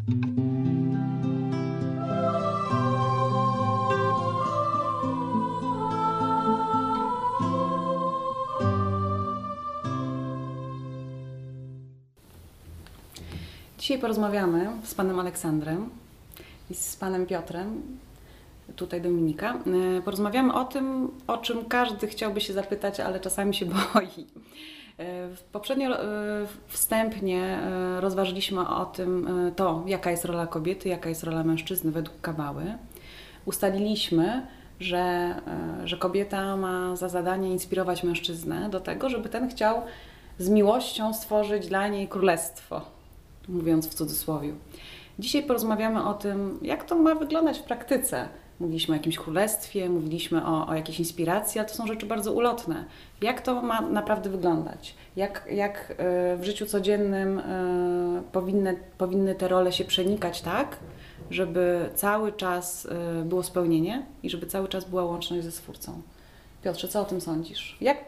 Dzisiaj porozmawiamy z panem Aleksandrem i z panem Piotrem, tutaj Dominika. Porozmawiamy o tym, o czym każdy chciałby się zapytać, ale czasami się boi. Poprzednio wstępnie rozważyliśmy o tym, jaka jest rola kobiety, jaka jest rola mężczyzny według Kabały. Ustaliliśmy, że kobieta ma za zadanie inspirować mężczyznę do tego, żeby ten chciał z miłością stworzyć dla niej królestwo, mówiąc w cudzysłowie. Dzisiaj porozmawiamy o tym, jak to ma wyglądać w praktyce. Mówiliśmy o jakimś królestwie, mówiliśmy o jakiejś inspiracji, ale to są rzeczy bardzo ulotne. Jak to ma naprawdę wyglądać? Jak w życiu codziennym powinny te role się przenikać tak, żeby cały czas było spełnienie i żeby cały czas była łączność ze Stwórcą? Piotrze, co o tym sądzisz? Jak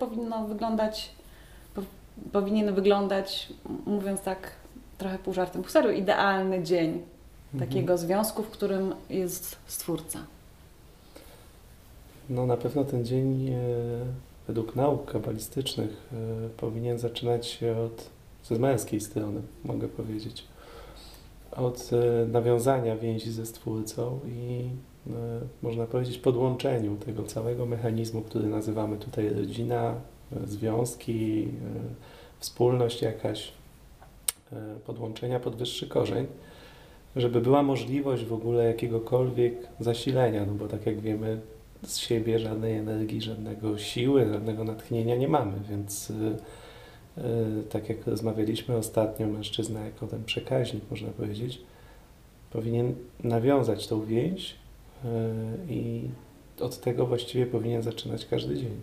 powinien wyglądać, mówiąc tak trochę pół żartem, pół serio, idealny dzień takiego związku, w którym jest Stwórca? No na pewno ten dzień według nauk kabalistycznych powinien zaczynać się z męskiej strony, mogę powiedzieć. Od nawiązania więzi ze Stwórcą i można powiedzieć podłączeniu tego całego mechanizmu, który nazywamy tutaj rodzina, związki, wspólność jakaś, podłączenia pod wyższy korzeń, żeby była możliwość w ogóle jakiegokolwiek zasilenia, no bo tak jak wiemy, z siebie żadnej energii, żadnego siły, żadnego natchnienia nie mamy, więc tak jak rozmawialiśmy ostatnio, mężczyzna jako ten przekaźnik, można powiedzieć, powinien nawiązać tą więź i od tego właściwie powinien zaczynać każdy dzień.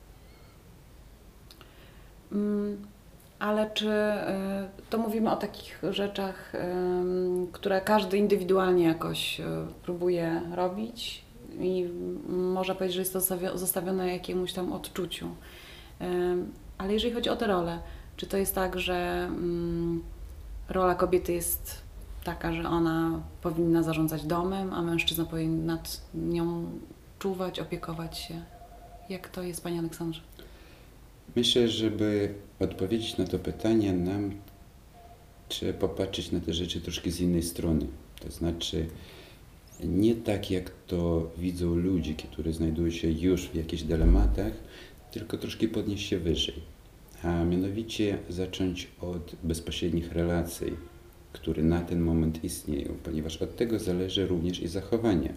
Ale czy to mówimy o takich rzeczach, które każdy indywidualnie jakoś próbuje robić i można powiedzieć, że jest to zostawione jakiemuś tam odczuciu. Ale jeżeli chodzi o te role, czy to jest tak, że rola kobiety jest taka, że ona powinna zarządzać domem, a mężczyzna powinien nad nią czuwać, opiekować się? Jak to jest, panie Aleksandrze? Myślę, żeby odpowiedzieć na to pytanie, nam trzeba popatrzeć na te rzeczy troszkę z innej strony. To znaczy, nie tak jak to widzą ludzie, którzy znajdują się już w jakichś dylematach, tylko troszkę podnieść się wyżej. A mianowicie zacząć od bezpośrednich relacji, które na ten moment istnieją, ponieważ od tego zależy również i zachowanie.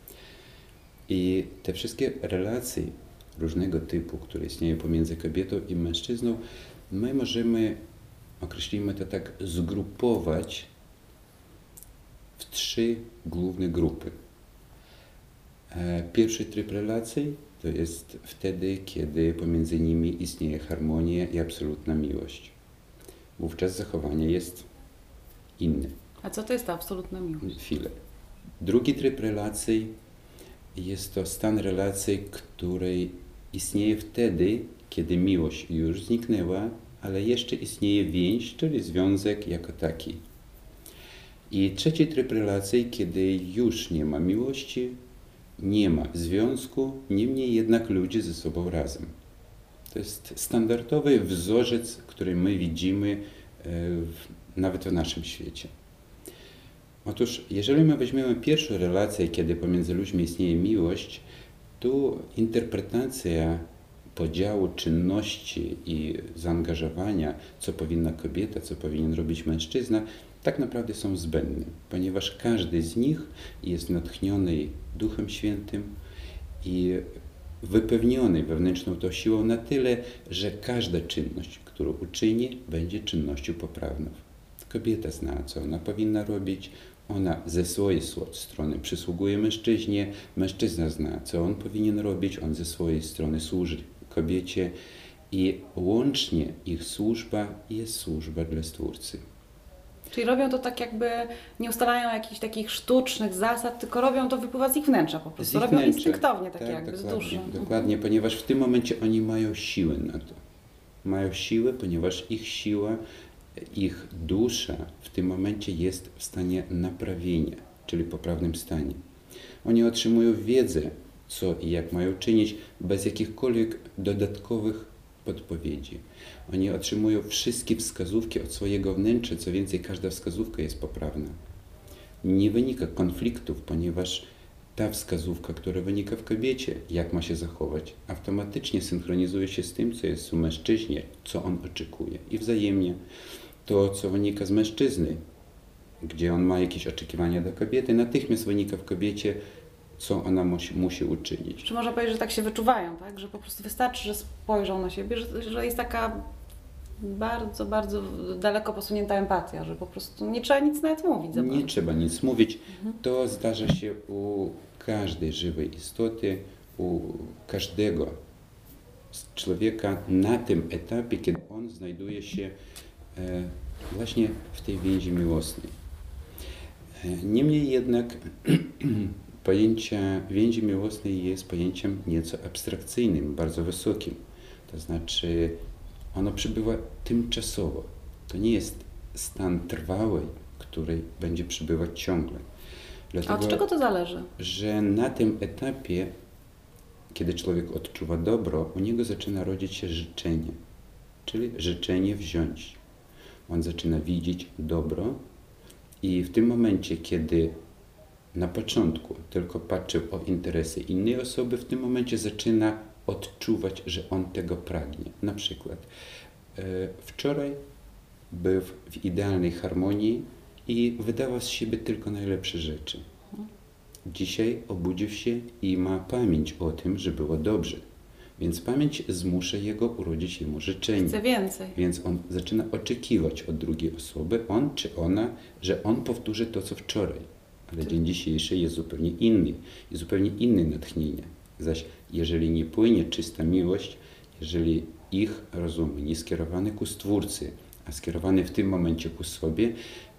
I te wszystkie relacje różnego typu, które istnieją pomiędzy kobietą i mężczyzną, my możemy, określimy to tak, zgrupować w 3 główne grupy. Pierwszy tryb relacji to jest wtedy, kiedy pomiędzy nimi istnieje harmonia i absolutna miłość. Wówczas zachowanie jest inne. A co to jest ta absolutna miłość? Chwilę. Drugi tryb relacji jest to stan relacji, której istnieje wtedy, kiedy miłość już zniknęła, ale jeszcze istnieje więź, czyli związek jako taki. I trzeci tryb relacji, kiedy już nie ma miłości, nie ma związku, niemniej jednak ludzie ze sobą razem. To jest standardowy wzorzec, który my widzimy nawet w naszym świecie. Otóż, jeżeli my weźmiemy pierwszą relację, kiedy pomiędzy ludźmi istnieje miłość, to interpretacja podziału czynności i zaangażowania, co powinna kobieta, co powinien robić mężczyzna, tak naprawdę są zbędne, ponieważ każdy z nich jest natchniony Duchem Świętym i wypełniony wewnętrzną tą siłą na tyle, że każda czynność, którą uczyni, będzie czynnością poprawną. Kobieta zna, co ona powinna robić, ona ze swojej strony przysługuje mężczyźnie, mężczyzna zna, co on powinien robić, on ze swojej strony służy kobiecie i łącznie ich służba jest służba dla Stwórcy. Czyli robią to tak jakby, nie ustalają jakichś takich sztucznych zasad, tylko robią to, wypływa z ich wnętrza po prostu. Robią instynktownie, tak jakby z duszy. Dokładnie, ponieważ w tym momencie oni mają siłę na to. Mają siłę, ponieważ ich siła ich dusza w tym momencie jest w stanie naprawienia, czyli poprawnym stanie. Oni otrzymują wiedzę, co i jak mają czynić, bez jakichkolwiek dodatkowych podpowiedzi. Oni otrzymują wszystkie wskazówki od swojego wnętrza, co więcej, każda wskazówka jest poprawna. Nie wynika konfliktów, ponieważ ta wskazówka, która wynika w kobiecie, jak ma się zachować, automatycznie synchronizuje się z tym, co jest u mężczyźnie, co on oczekuje. I wzajemnie to, co wynika z mężczyzny, gdzie on ma jakieś oczekiwania do kobiety, natychmiast wynika w kobiecie, co ona musi uczynić. Czy można powiedzieć, że tak się wyczuwają, tak? Że po prostu wystarczy, że spojrzą na siebie, że jest taka bardzo, bardzo daleko posunięta empatia, że po prostu nie trzeba nic nawet mówić. Nie trzeba nic mówić. To zdarza się u każdej żywej istoty, u każdego człowieka na tym etapie, kiedy on znajduje się właśnie w tej więzi miłosnej. Niemniej jednak pojęcie więzi miłosnej jest pojęciem nieco abstrakcyjnym, bardzo wysokim. To znaczy ono przybywa tymczasowo. To nie jest stan trwały, który będzie przybywać ciągle. Dlatego, A od czego to zależy? że na tym etapie, kiedy człowiek odczuwa dobro, u niego zaczyna rodzić się życzenie, czyli życzenie wziąć. On zaczyna widzieć dobro i w tym momencie, kiedy na początku tylko patrzył o interesy innej osoby, w tym momencie zaczyna odczuwać, że on tego pragnie. Na przykład wczoraj był w idealnej harmonii i wydawał z siebie tylko najlepsze rzeczy. Dzisiaj obudził się i ma pamięć o tym, że było dobrze. Więc pamięć zmusza jego urodzić jemu życzenie. Chcę więcej. Więc on zaczyna oczekiwać od drugiej osoby, on czy ona, że on powtórzy to, co wczoraj. Ale dzień dzisiejszy jest zupełnie inny. Jest zupełnie inne natchnienie. Zaś jeżeli nie płynie czysta miłość, jeżeli ich rozumy nie skierowane ku Stwórcy, a skierowane w tym momencie ku sobie,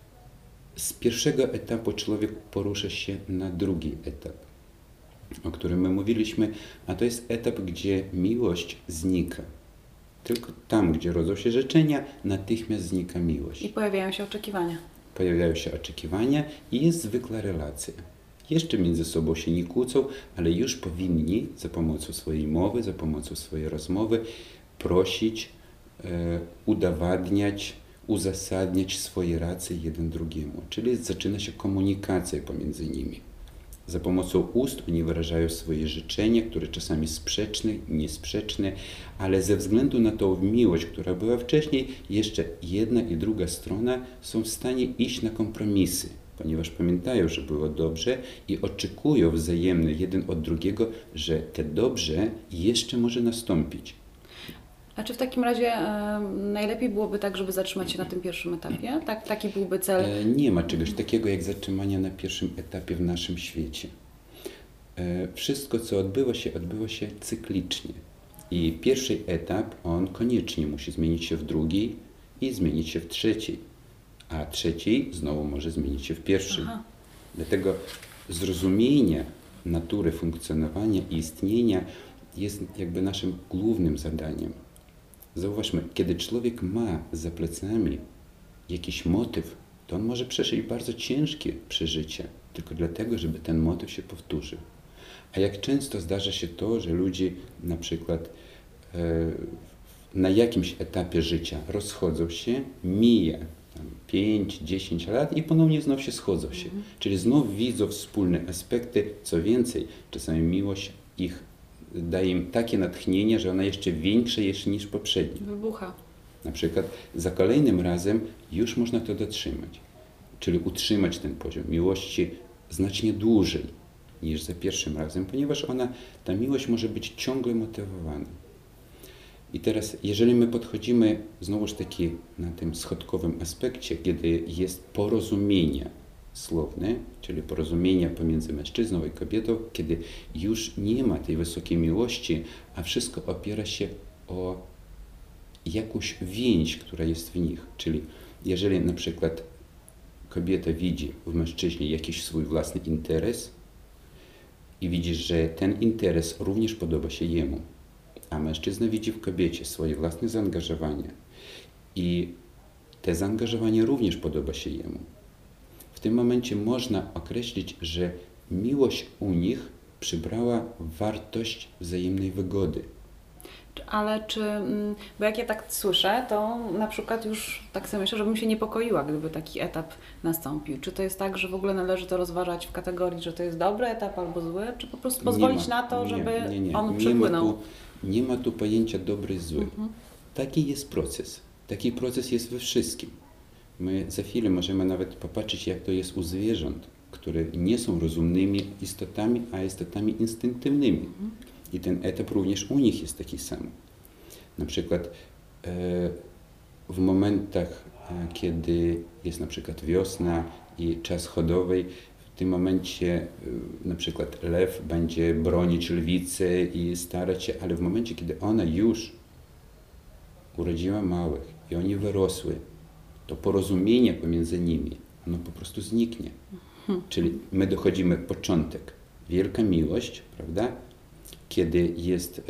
z pierwszego etapu człowiek porusza się na drugi etap, o którym my mówiliśmy, a to jest etap, gdzie miłość znika. Tylko tam, gdzie rodzą się życzenia, natychmiast znika miłość. I pojawiają się oczekiwania. Pojawiają się oczekiwania i jest zwykła relacja. Jeszcze między sobą się nie kłócą, ale już powinni za pomocą swojej mowy, za pomocą swojej rozmowy prosić, udowadniać, uzasadniać swoje racje jeden drugiemu. Czyli zaczyna się komunikacja pomiędzy nimi. Za pomocą ust oni wyrażają swoje życzenia, które czasami sprzeczne, niesprzeczne, ale ze względu na tą miłość, która była wcześniej, jeszcze jedna i druga strona są w stanie iść na kompromisy, ponieważ pamiętają, że było dobrze i oczekują wzajemnie jeden od drugiego, że te dobrze jeszcze może nastąpić. A czy w takim razie najlepiej byłoby tak, żeby zatrzymać się na tym pierwszym etapie? Taki byłby cel? Nie ma czegoś takiego jak zatrzymanie na pierwszym etapie w naszym świecie. Wszystko, co odbywa się cyklicznie. I pierwszy etap, on koniecznie musi zmienić się w drugi i zmienić się w trzeci. A trzeci znowu może zmienić się w pierwszym. Aha. Dlatego zrozumienie natury funkcjonowania i istnienia jest jakby naszym głównym zadaniem. Zauważmy, kiedy człowiek ma za plecami jakiś motyw, to on może przeżyć bardzo ciężkie przeżycia, tylko dlatego, żeby ten motyw się powtórzył. A jak często zdarza się to, że ludzie na przykład na jakimś etapie życia rozchodzą się, mija 5-10 lat i ponownie znów się schodzą się. Czyli znów widzą wspólne aspekty, co więcej, czasami miłość ich daje im takie natchnienie, że ona jeszcze większa jest niż poprzednia. Wybucha. Na przykład za kolejnym razem już można to dotrzymać, czyli utrzymać ten poziom miłości znacznie dłużej niż za pierwszym razem, ponieważ ta miłość może być ciągle motywowana. I teraz, jeżeli my podchodzimy znowuż taki na tym schodkowym aspekcie, kiedy jest porozumienie słowne, czyli porozumienie pomiędzy mężczyzną i kobietą, kiedy już nie ma tej wysokiej miłości, a wszystko opiera się o jakąś więź, która jest w nich. Czyli jeżeli na przykład kobieta widzi w mężczyźnie jakiś swój własny interes i widzi, że ten interes również podoba się jemu, a mężczyzna widzi w kobiecie swoje własne zaangażowanie i to zaangażowanie również podoba się jemu. W tym momencie można określić, że miłość u nich przybrała wartość wzajemnej wygody. Ale czy, bo jak ja tak słyszę, to na przykład już tak sobie myślę, żebym się niepokoiła, gdyby taki etap nastąpił. Czy to jest tak, że w ogóle należy to rozważać w kategorii, że to jest dobry etap albo zły, czy po prostu pozwolić na to, żeby on przepłynął? Nie ma tu pojęcia dobry, zły. Taki jest proces. Taki proces jest we wszystkim. My za chwilę możemy nawet popatrzeć, jak to jest u zwierząt, które nie są rozumnymi istotami, a istotami instynktywnymi. I ten etap również u nich jest taki sam. Na przykład w momentach, kiedy jest na przykład wiosna i czas hodowy, w tym momencie na przykład lew będzie bronić lwicę i starać się, ale w momencie, kiedy ona już urodziła małych i oni wyrosły, to porozumienie pomiędzy nimi, ono po prostu zniknie. Czyli my dochodzimy początek. Wielka miłość, prawda? Kiedy jest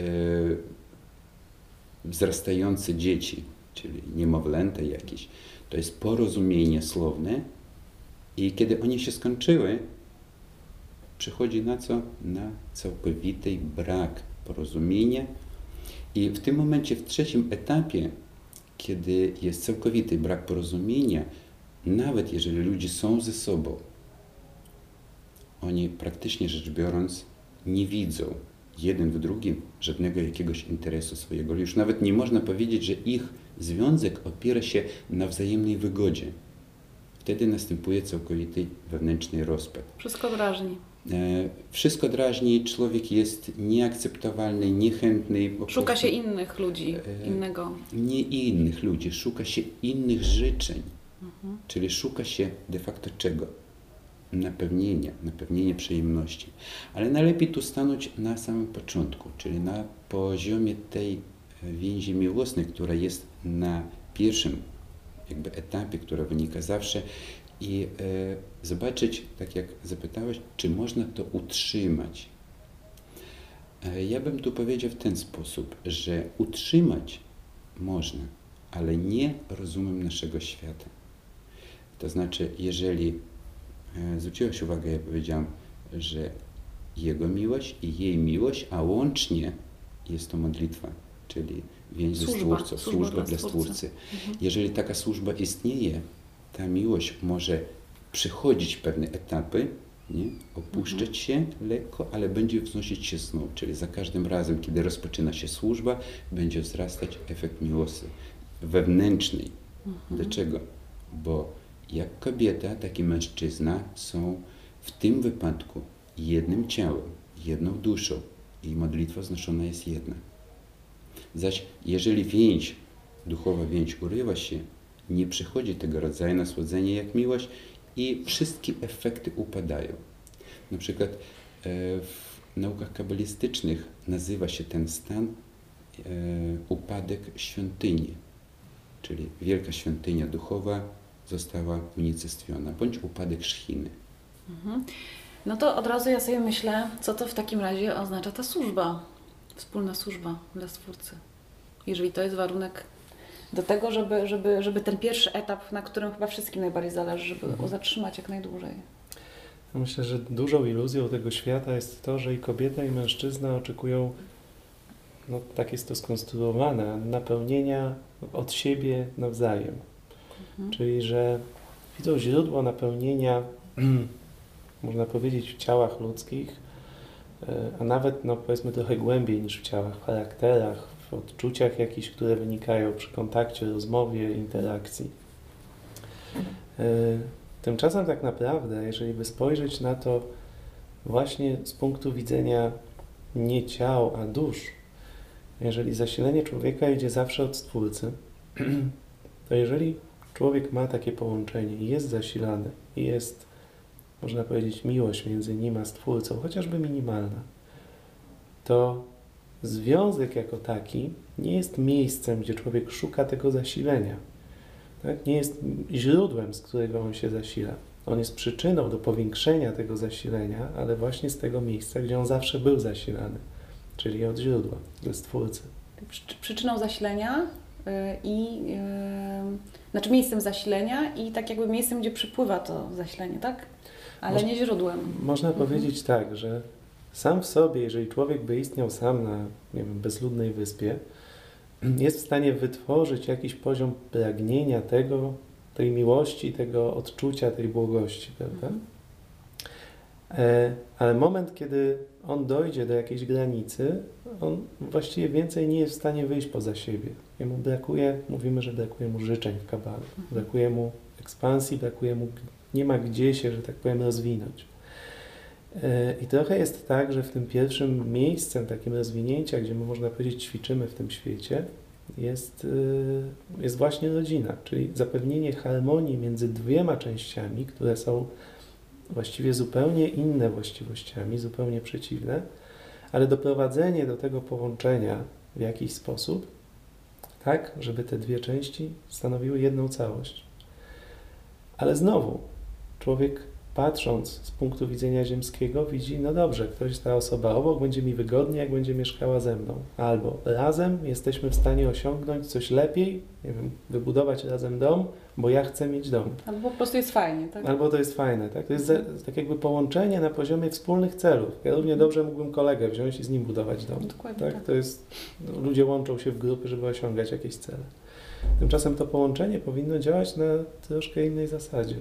wzrastające dzieci, czyli niemowlęta jakieś, to jest porozumienie słowne i kiedy oni się skończyły, przychodzi na co? Na całkowity brak porozumienia i w tym momencie, w trzecim etapie, kiedy jest całkowity brak porozumienia, nawet jeżeli ludzie są ze sobą, oni praktycznie rzecz biorąc nie widzą jeden w drugim żadnego jakiegoś interesu swojego. Już nawet nie można powiedzieć, że ich związek opiera się na wzajemnej wygodzie. Wtedy następuje całkowity wewnętrzny rozpad. Wszystko drażni. Wszystko drażni, człowiek jest nieakceptowalny, niechętny. Szuka się innych ludzi, innego. Nie innych ludzi, szuka się innych życzeń. Czyli szuka się de facto czego? Napełnienia przyjemności. Ale najlepiej tu stanąć na samym początku, czyli na poziomie tej więzi miłosnej, która jest na pierwszym jakby etapie, która wynika zawsze i zobaczyć, tak jak zapytałeś, czy można to utrzymać. Ja bym tu powiedział w ten sposób, że utrzymać można, ale nie rozumem naszego świata. To znaczy, jeżeli zwróciłaś uwagę, ja powiedziałam, że jego miłość i jej miłość, a łącznie jest to modlitwa, czyli więź ze Stwórcą, służba dla Stwórcy. Jeżeli taka służba istnieje, ta miłość może przechodzić pewne etapy, nie? Opuszczać się lekko, ale będzie wznosić się znowu, czyli za każdym razem, kiedy rozpoczyna się służba, będzie wzrastać efekt miłosny, wewnętrznej. Dlaczego? Bo jak kobieta, tak i mężczyzna są w tym wypadku jednym ciałem, jedną duszą i modlitwa wznoszona jest jedna. Zaś jeżeli więź, duchowa więź urywa się, nie przychodzi tego rodzaju nasłodzenie jak miłość i wszystkie efekty upadają. Na przykład w naukach kabalistycznych nazywa się ten stan upadek świątyni, czyli wielka świątynia duchowa została unicestwiona, bądź upadek szchiny. No to od razu ja sobie myślę, co to w takim razie oznacza ta służba, wspólna służba dla Stwórcy. Jeżeli to jest warunek do tego, żeby ten pierwszy etap, na którym chyba wszystkim najbardziej zależy, żeby go zatrzymać jak najdłużej. Myślę, że dużą iluzją tego świata jest to, że i kobieta, i mężczyzna oczekują, no tak jest to skonstruowane, napełnienia od siebie nawzajem. Czyli, że widzą źródło napełnienia, można powiedzieć, w ciałach ludzkich, a nawet, no powiedzmy, trochę głębiej niż w ciałach, w charakterach, w odczuciach jakichś, które wynikają przy kontakcie, rozmowie, interakcji. Tymczasem tak naprawdę, jeżeli by spojrzeć na to właśnie z punktu widzenia nie ciał, a dusz, jeżeli zasilenie człowieka idzie zawsze od Stwórcy, to jeżeli człowiek ma takie połączenie i jest zasilany, i jest, można powiedzieć, miłość między nim a Stwórcą, chociażby minimalna, to związek jako taki nie jest miejscem, gdzie człowiek szuka tego zasilenia. Tak? Nie jest źródłem, z którego on się zasila. On jest przyczyną do powiększenia tego zasilenia, ale właśnie z tego miejsca, gdzie on zawsze był zasilany, czyli od źródła, ze Stwórcy. Przyczyną zasilenia znaczy miejscem zasilenia i tak jakby miejscem, gdzie przypływa to zasilenie, tak? Ale nie źródłem. Można powiedzieć tak, że sam w sobie, jeżeli człowiek by istniał sam na, nie wiem, bezludnej wyspie, jest w stanie wytworzyć jakiś poziom pragnienia tego, tej miłości, tego odczucia, tej błogości, prawda? Ale moment, kiedy on dojdzie do jakiejś granicy, on właściwie więcej nie jest w stanie wyjść poza siebie. Jemu brakuje, mówimy, że brakuje mu życzeń w kabale, brakuje mu ekspansji, nie ma gdzie się, że tak powiem, rozwinąć. I trochę jest tak, że w tym pierwszym miejscem takim rozwinięcia, gdzie my, można powiedzieć, ćwiczymy w tym świecie, jest właśnie rodzina, czyli zapewnienie harmonii między dwiema częściami, które są właściwie zupełnie inne właściwościami, zupełnie przeciwne, ale doprowadzenie do tego połączenia w jakiś sposób, tak, żeby te dwie części stanowiły jedną całość. Ale znowu, człowiek patrząc z punktu widzenia ziemskiego widzi, no dobrze, ta osoba obok będzie mi wygodnie, jak będzie mieszkała ze mną. Albo razem jesteśmy w stanie osiągnąć coś lepiej, nie wiem, wybudować razem dom, bo ja chcę mieć dom. Albo po prostu jest fajnie, tak? Albo to jest fajne, tak? To jest tak jakby połączenie na poziomie wspólnych celów. Ja równie dobrze mógłbym kolegę wziąć i z nim budować dom. Dokładnie tak. To jest, ludzie łączą się w grupy, żeby osiągać jakieś cele. Tymczasem to połączenie powinno działać na troszkę innej zasadzie.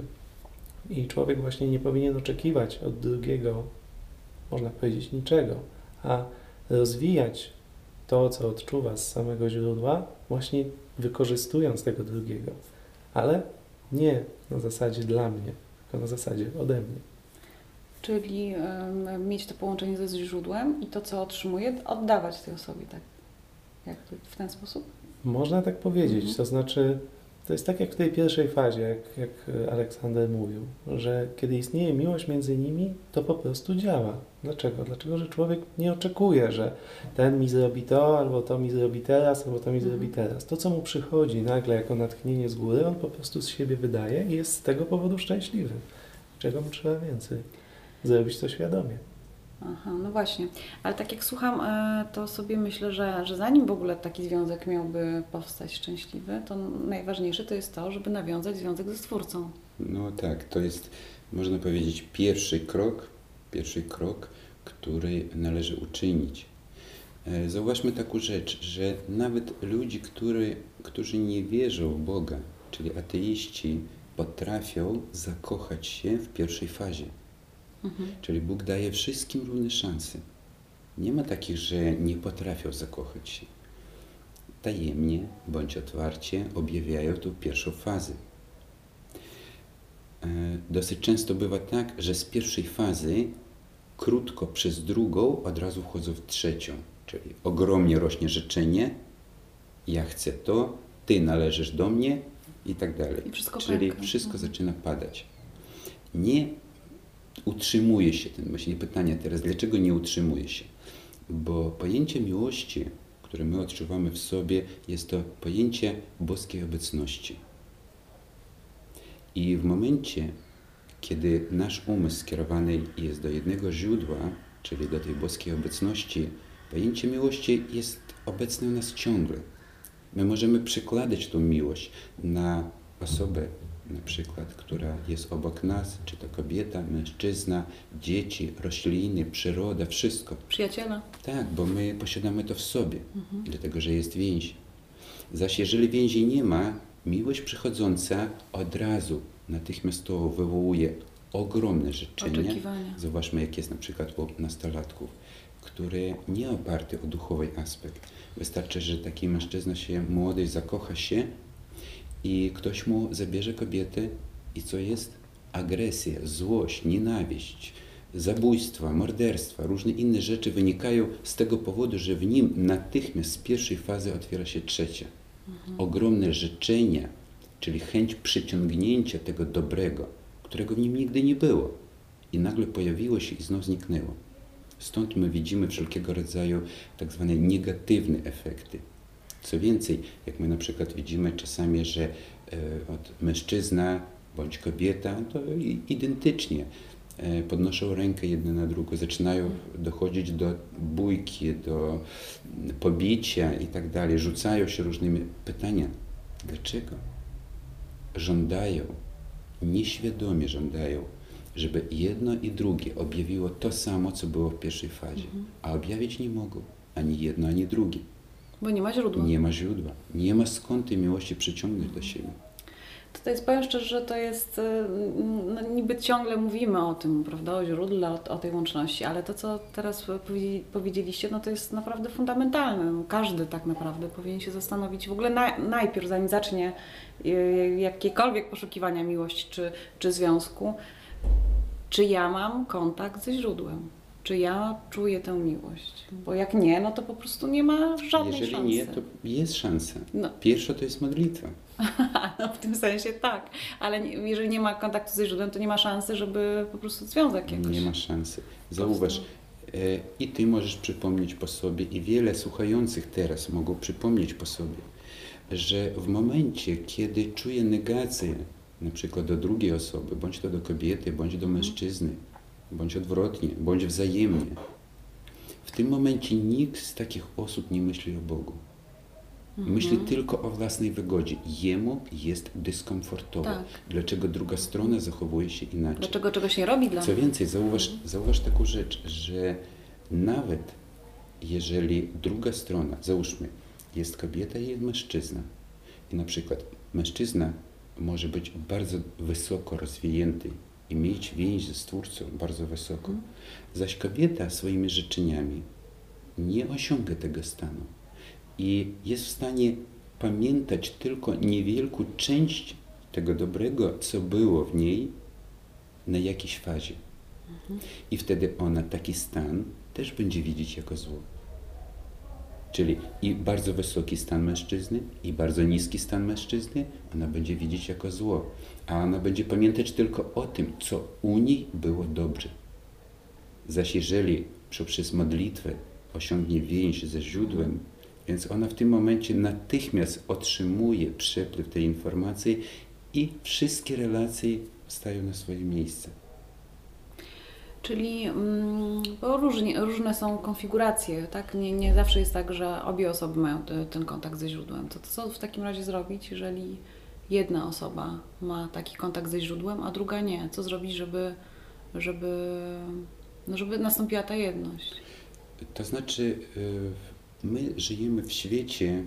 I człowiek właśnie nie powinien oczekiwać od drugiego, można powiedzieć, niczego, a rozwijać to, co odczuwa z samego źródła, właśnie wykorzystując tego drugiego. Ale nie na zasadzie dla mnie, tylko na zasadzie ode mnie. Czyli mieć to połączenie ze źródłem i to, co otrzymuję, oddawać tej osobie, tak? Jak w ten sposób? Można tak powiedzieć, to znaczy, to jest tak jak w tej pierwszej fazie, jak Aleksander mówił, że kiedy istnieje miłość między nimi, to po prostu działa. Dlaczego? Dlatego, że człowiek nie oczekuje, że ten mi zrobi to, albo to mi zrobi teraz, albo to mi zrobi teraz. To, co mu przychodzi nagle jako natchnienie z góry, on po prostu z siebie wydaje i jest z tego powodu szczęśliwy. Czego mu trzeba więcej? Zrobić to świadomie. Aha, no właśnie. Ale tak jak słucham, to sobie myślę, że zanim w ogóle taki związek miałby powstać szczęśliwy, to najważniejsze to jest to, żeby nawiązać związek ze Stwórcą. No tak, to jest, można powiedzieć, pierwszy krok, który należy uczynić. Zauważmy taką rzecz, że nawet ludzie, którzy nie wierzą w Boga, czyli ateiści, potrafią zakochać się w pierwszej fazie. Czyli Bóg daje wszystkim równe szanse. Nie ma takich, że nie potrafią zakochać się. Tajemnie bądź otwarcie objawiają tą pierwszą fazę. Dosyć często bywa tak, że z pierwszej fazy krótko przez drugą od razu wchodzą w trzecią. Czyli ogromnie rośnie życzenie, ja chcę to, ty należysz do mnie i tak dalej. Czyli wszystko zaczyna padać. Nie utrzymuje się ten, właśnie pytanie teraz, dlaczego nie utrzymuje się? Bo pojęcie miłości, które my odczuwamy w sobie, jest to pojęcie boskiej obecności. I w momencie, kiedy nasz umysł skierowany jest do jednego źródła, czyli do tej boskiej obecności, pojęcie miłości jest obecne u nas ciągle. My możemy przykładać tą miłość na osobę, na przykład, która jest obok nas, czy to kobieta, mężczyzna, dzieci, rośliny, przyroda, wszystko. Przyjaciela. Tak, bo my posiadamy to w sobie, dlatego że jest więź. Zaś jeżeli więzi nie ma, miłość przychodząca od razu, natychmiastowo wywołuje ogromne życzenia. Oczekiwania. Zobaczmy, jak jest na przykład u nastolatków, które nie oparty o duchowy aspekt. Wystarczy, że taki mężczyzna się młody zakocha się i ktoś mu zabierze kobietę i co jest? Agresja, złość, nienawiść, zabójstwa, morderstwa, różne inne rzeczy wynikają z tego powodu, że w nim natychmiast z pierwszej fazy otwiera się trzecia. Ogromne życzenia, czyli chęć przyciągnięcia tego dobrego, którego w nim nigdy nie było i nagle pojawiło się i znów zniknęło. Stąd my widzimy wszelkiego rodzaju tak zwane negatywne efekty. Co więcej, jak my na przykład widzimy czasami, że mężczyzna bądź kobieta, to identycznie podnoszą rękę jedna na drugą, zaczynają dochodzić do bójki, do pobicia i tak dalej, rzucają się różnymi pytaniami. Dlaczego? Żądają, nieświadomie żądają, żeby jedno i drugie objawiło to samo, co było w pierwszej fazie. A objawić nie mogą ani jedno, ani drugie. Bo nie ma źródła. Nie ma źródła. Nie ma skąd tej miłości przyciągnąć do siebie. Tutaj powiem szczerze, że to jest, no niby ciągle mówimy o tym, prawda, o źródle, o tej łączności, ale to, co teraz powiedzieliście, no to jest naprawdę fundamentalne. No, każdy tak naprawdę powinien się zastanowić w ogóle najpierw, zanim zacznie jakiekolwiek poszukiwania miłości czy związku, czy ja mam kontakt ze źródłem. Czy ja czuję tę miłość? Bo jak nie, no to po prostu nie ma żadnej Jeżeli szansy. nie, to jest szansa. No. Pierwsza to jest modlitwa. No w tym sensie tak, ale jeżeli nie ma kontaktu ze źródłem, to nie ma szansy, żeby po prostu związek jakoś... Nie ma szansy. Zauważ, i ty możesz przypomnieć po sobie, i wiele słuchających teraz mogą przypomnieć po sobie, że w momencie, kiedy czuję negację, na przykład do drugiej osoby, bądź to do kobiety, bądź do mężczyzny, bądź odwrotnie, bądź wzajemnie, w tym momencie nikt z takich osób nie myśli o Bogu. Myśli tylko o własnej wygodzie. Jemu jest dyskomfortowo. Tak. Dlaczego druga strona zachowuje się inaczej? Dlaczego czegoś nie robi dla Co mnie? więcej, zauważ taką rzecz, że nawet jeżeli druga strona, załóżmy, jest kobieta i jest mężczyzna, i na przykład mężczyzna może być bardzo wysoko rozwinięty i mieć więź ze Stwórcą bardzo wysoko, zaś kobieta swoimi życzeniami nie osiąga tego stanu i jest w stanie pamiętać tylko niewielką część tego dobrego, co było w niej na jakiejś fazie. I wtedy ona taki stan też będzie widzieć jako zło. Czyli i bardzo wysoki stan mężczyzny, i bardzo niski stan mężczyzny ona będzie widzieć jako zło. A ona będzie pamiętać tylko o tym, co u niej było dobrze. Zaś jeżeli poprzez modlitwę osiągnie więź ze źródłem, więc ona w tym momencie natychmiast otrzymuje przepływ tej informacji i wszystkie relacje stają na swoje miejsce. Czyli bo różne są konfiguracje, tak? Nie zawsze jest tak, że obie osoby mają ten kontakt ze źródłem. To co w takim razie zrobić, jeżeli jedna osoba ma taki kontakt ze źródłem, a druga nie? Co zrobić, żeby nastąpiła ta jedność? To znaczy, my żyjemy w świecie,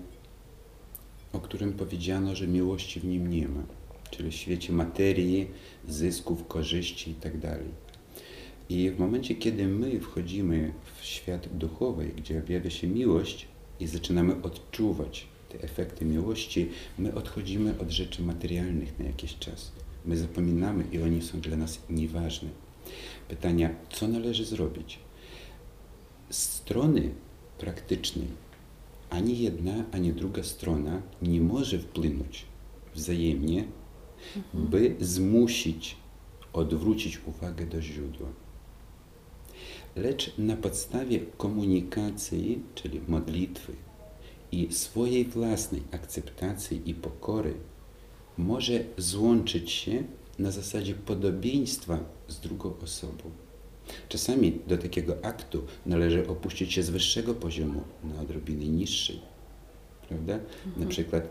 o którym powiedziano, że miłości w nim nie ma. Czyli w świecie materii, zysków, korzyści itd. I w momencie, kiedy my wchodzimy w świat duchowy, gdzie objawia się miłość i zaczynamy odczuwać te efekty miłości, my odchodzimy od rzeczy materialnych na jakiś czas. My zapominamy i one są dla nas nieważne. Pytania, co należy zrobić? Z strony praktycznej ani jedna, ani druga strona nie może wpłynąć wzajemnie, by zmusić, odwrócić uwagę do źródła. Lecz na podstawie komunikacji, czyli modlitwy i swojej własnej akceptacji i pokory może złączyć się na zasadzie podobieństwa z drugą osobą. Czasami do takiego aktu należy opuścić się z wyższego poziomu na odrobinę niższy. Prawda? Na przykład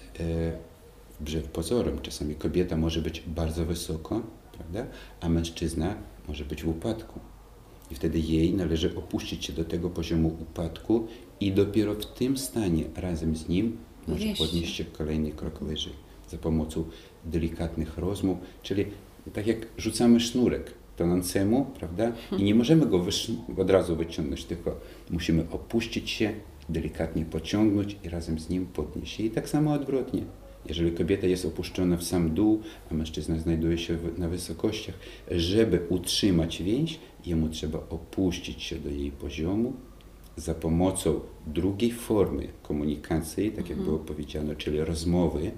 wbrew pozorom czasami kobieta może być bardzo wysoko, prawda? A mężczyzna może być w upadku. I wtedy jej należy opuścić się do tego poziomu upadku i dopiero w tym stanie razem z nim może podnieść się kolejny krok wyżej za pomocą delikatnych rozmów, czyli tak jak rzucamy sznurek tonącemu, prawda? I nie możemy go od razu wyciągnąć, tylko musimy opuścić się, delikatnie pociągnąć i razem z nim podnieść się. I tak samo odwrotnie. Jeżeli kobieta jest opuszczona w sam dół, a mężczyzna znajduje się na wysokościach, żeby utrzymać więź, jemu trzeba opuścić się do jej poziomu za pomocą drugiej formy komunikacji, tak jak było powiedziane, czyli rozmowy,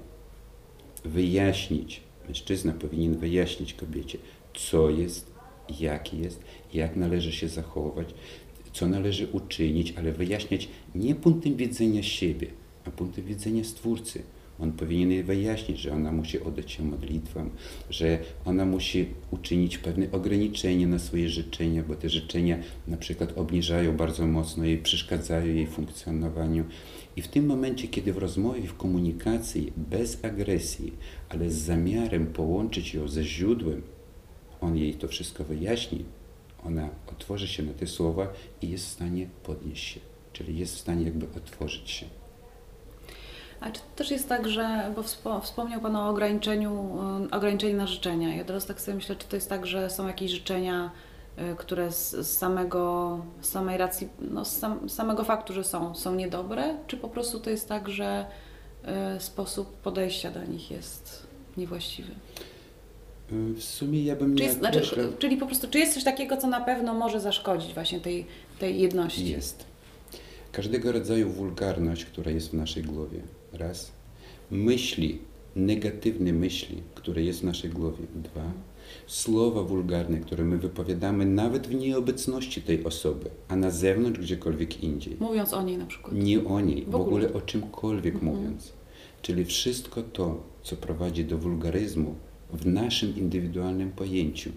wyjaśnić. Mężczyzna powinien wyjaśnić kobiecie, co jest, jak należy się zachować, co należy uczynić, ale wyjaśniać nie punktem widzenia siebie, a punktem widzenia Stwórcy. On powinien jej wyjaśnić, że ona musi oddać się modlitwom, że ona musi uczynić pewne ograniczenia na swoje życzenia, bo te życzenia na przykład obniżają bardzo mocno jej, przeszkadzają jej funkcjonowaniu. I w tym momencie, kiedy w rozmowie, w komunikacji, bez agresji, ale z zamiarem połączyć ją ze źródłem, on jej to wszystko wyjaśni, ona otworzy się na te słowa i jest w stanie podnieść się, czyli jest w stanie jakby otworzyć się. A czy to też jest tak, że, bo wspomniał Pan o ograniczeniu na życzenia. Ja teraz tak sobie myślę, czy to jest tak, że są jakieś życzenia, które z samej racji, no z samego faktu, że są niedobre, czy po prostu to jest tak, że sposób podejścia do nich jest niewłaściwy? W sumie ja bym nie określał... Czyli po prostu, czy jest coś takiego, co na pewno może zaszkodzić właśnie tej jedności? Jest. Każdego rodzaju wulgarność, która jest w naszej głowie. Raz. Myśli, negatywne myśli, które jest w naszej głowie. Dwa. Słowa wulgarne, które my wypowiadamy nawet w nieobecności tej osoby, a na zewnątrz gdziekolwiek indziej. Mówiąc o niej na przykład. Nie o niej, w ogóle o czymkolwiek mówiąc. Czyli wszystko to, co prowadzi do wulgaryzmu w naszym indywidualnym pojęciu.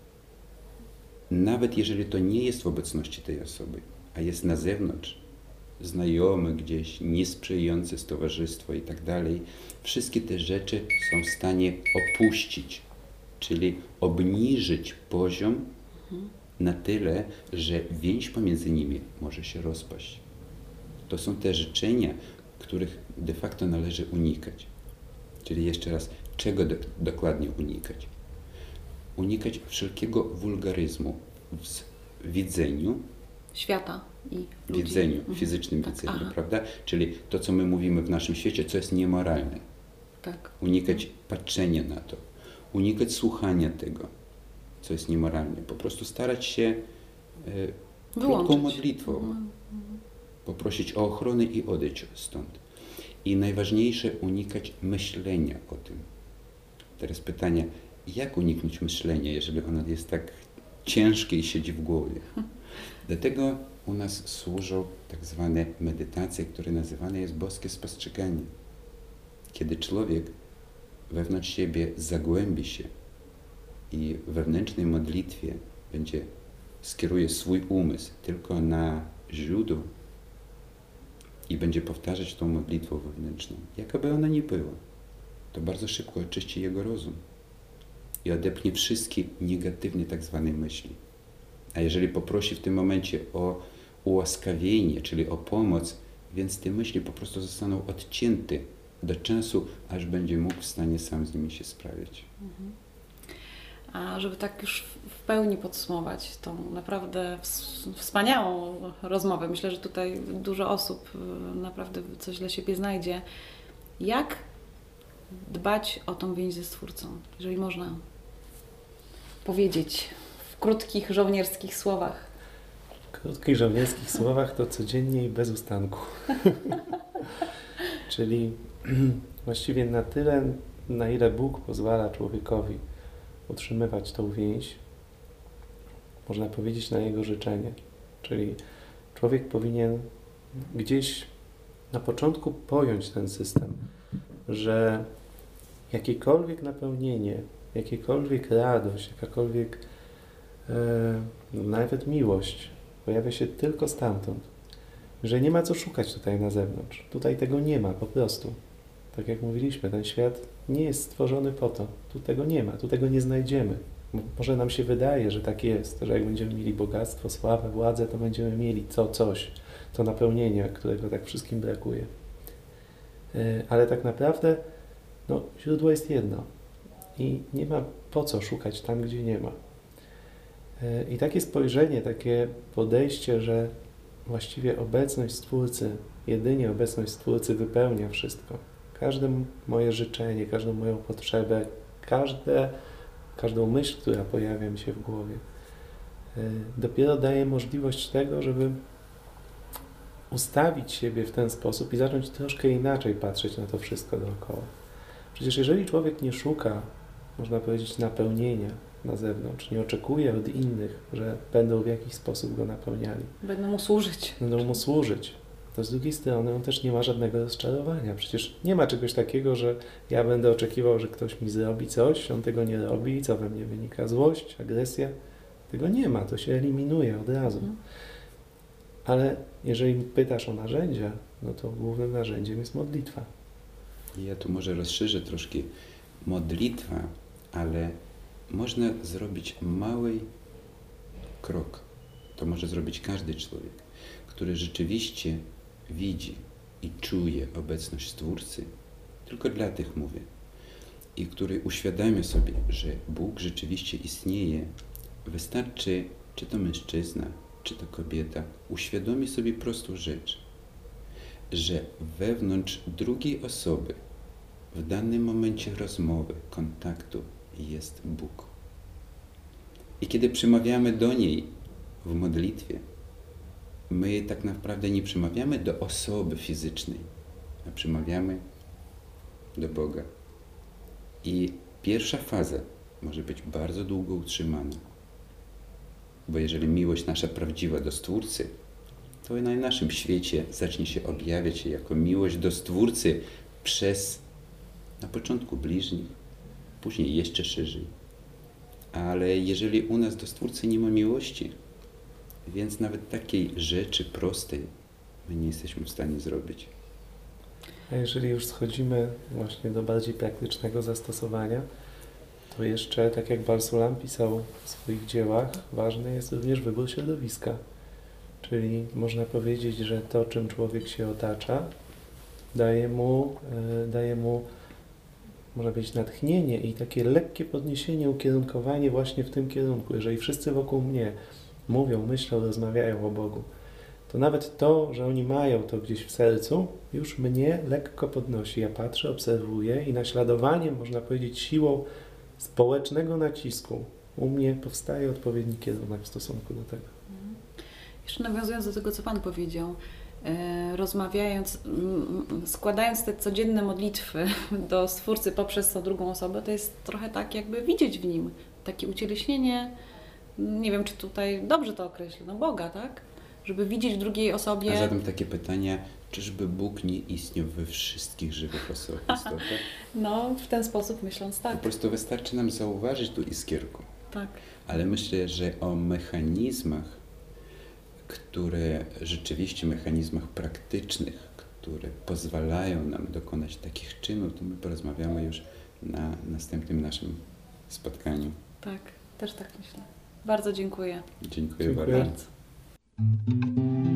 Nawet jeżeli to nie jest w obecności tej osoby, a jest na zewnątrz, znajomy gdzieś, niesprzyjające z towarzystwo i tak dalej, wszystkie te rzeczy są w stanie opuścić, czyli obniżyć poziom na tyle, że więź pomiędzy nimi może się rozpaść. To są te życzenia, których de facto należy unikać. Czyli jeszcze raz, czego dokładnie unikać? Unikać wszelkiego wulgaryzmu w widzeniu, Świata i ludzi. widzeniu, fizycznym Tak, widzeniu, aha. prawda? Czyli to, co my mówimy w naszym świecie, co jest niemoralne. Tak. Unikać patrzenia na to, unikać słuchania tego, co jest niemoralne. Po prostu starać się krótką Wyłączyć. modlitwą poprosić o ochronę i odejść stąd. I najważniejsze, unikać myślenia o tym. Teraz pytanie, jak uniknąć myślenia, jeżeli ono jest tak ciężkie i siedzi w głowie? Dlatego u nas służą tak zwane medytacje, które nazywane jest boskie spostrzeganie. Kiedy człowiek wewnątrz siebie zagłębi się i w wewnętrznej modlitwie skieruje swój umysł tylko na źródło i będzie powtarzać tą modlitwę wewnętrzną, jaka by ona nie była, to bardzo szybko oczyści jego rozum i odepnie wszystkie negatywne tak zwane myśli. A jeżeli poprosi w tym momencie o ułaskawienie, czyli o pomoc, więc te myśli po prostu zostaną odcięte do czasu, aż będzie mógł w stanie sam z nimi się sprawić. A żeby tak już w pełni podsumować tą naprawdę wspaniałą rozmowę, myślę, że tutaj dużo osób naprawdę coś dla siebie znajdzie. Jak dbać o tą więź ze Stwórcą? Jeżeli można powiedzieć w krótkich, żołnierskich słowach. W krótkich, żołnierskich słowach to codziennie i bez ustanku. Czyli właściwie na tyle, na ile Bóg pozwala człowiekowi utrzymywać tą więź, można powiedzieć na jego życzenie. Czyli człowiek powinien gdzieś na początku pojąć ten system, że jakiekolwiek napełnienie, jakiekolwiek radość, jakakolwiek nawet miłość pojawia się tylko stamtąd. Że nie ma co szukać tutaj na zewnątrz. Tutaj tego nie ma po prostu. Tak jak mówiliśmy, ten świat nie jest stworzony po to. Tu tego nie ma, tu tego nie znajdziemy. Może nam się wydaje, że tak jest, że jak będziemy mieli bogactwo, sławę, władzę, to będziemy mieli coś, to napełnienie, którego tak wszystkim brakuje. Ale tak naprawdę źródło jest jedno i nie ma po co szukać tam, gdzie nie ma. I takie spojrzenie, takie podejście, że właściwie obecność Stwórcy, jedynie obecność Stwórcy wypełnia wszystko. Każde moje życzenie, każdą moją potrzebę, każdą myśl, która pojawia mi się w głowie, dopiero daje możliwość tego, żeby ustawić siebie w ten sposób i zacząć troszkę inaczej patrzeć na to wszystko dookoła. Przecież jeżeli człowiek nie szuka, można powiedzieć, napełnienia na zewnątrz, nie oczekuje od innych, że będą w jakiś sposób go napełniali. Będą mu służyć. Będą mu służyć. to z drugiej strony on też nie ma żadnego rozczarowania. Przecież nie ma czegoś takiego, że ja będę oczekiwał, że ktoś mi zrobi coś, on tego nie robi, co we mnie wynika? Złość, agresja? Tego nie ma, to się eliminuje od razu. Ale jeżeli pytasz o narzędzia, no to głównym narzędziem jest modlitwa. Ja tu może rozszerzę troszkę. Modlitwa, ale można zrobić mały krok. To może zrobić każdy człowiek, który rzeczywiście widzi i czuje obecność Stwórcy. Tylko dla tych mówię. I który uświadamia sobie, że Bóg rzeczywiście istnieje. Wystarczy, czy to mężczyzna, czy to kobieta, uświadomi sobie prostą rzecz, że wewnątrz drugiej osoby, w danym momencie rozmowy, kontaktu jest Bóg. I kiedy przemawiamy do niej w modlitwie, my tak naprawdę nie przemawiamy do osoby fizycznej, a przemawiamy do Boga. I pierwsza faza może być bardzo długo utrzymana. Bo jeżeli miłość nasza prawdziwa do Stwórcy, to i na naszym świecie zacznie się objawiać jako miłość do Stwórcy przez na początku bliźnich, później jeszcze szerzej. Ale jeżeli u nas do Stwórcy nie ma miłości, więc nawet takiej rzeczy prostej my nie jesteśmy w stanie zrobić. A jeżeli już schodzimy właśnie do bardziej praktycznego zastosowania, to jeszcze, tak jak Barsulam pisał w swoich dziełach, ważny jest również wybór środowiska. Czyli można powiedzieć, że to, czym człowiek się otacza, daje mu można powiedzieć, natchnienie i takie lekkie podniesienie, ukierunkowanie właśnie w tym kierunku. Jeżeli wszyscy wokół mnie mówią, myślą, rozmawiają o Bogu, to nawet to, że oni mają to gdzieś w sercu, już mnie lekko podnosi. Ja patrzę, obserwuję i naśladowaniem, można powiedzieć, siłą społecznego nacisku u mnie powstaje odpowiedni kierunek w stosunku do tego. Jeszcze nawiązując do tego, co Pan powiedział, rozmawiając, składając te codzienne modlitwy do Stwórcy poprzez tą drugą osobę, to jest trochę tak, jakby widzieć w nim takie ucieleśnienie, nie wiem, czy tutaj dobrze to określę, no Boga, tak? Żeby widzieć w drugiej osobie... A zadam takie pytania, czyżby Bóg nie istniał we wszystkich żywych istotach? No, w ten sposób myśląc, tak. Po prostu wystarczy nam zauważyć tu iskierkę. Tak. Ale myślę, że o mechanizmach, które rzeczywiście mechanizmach praktycznych, które pozwalają nam dokonać takich czynów, to my porozmawiamy już na następnym naszym spotkaniu. Tak, też tak myślę. Bardzo dziękuję. Dziękuję Dziękuję. bardzo.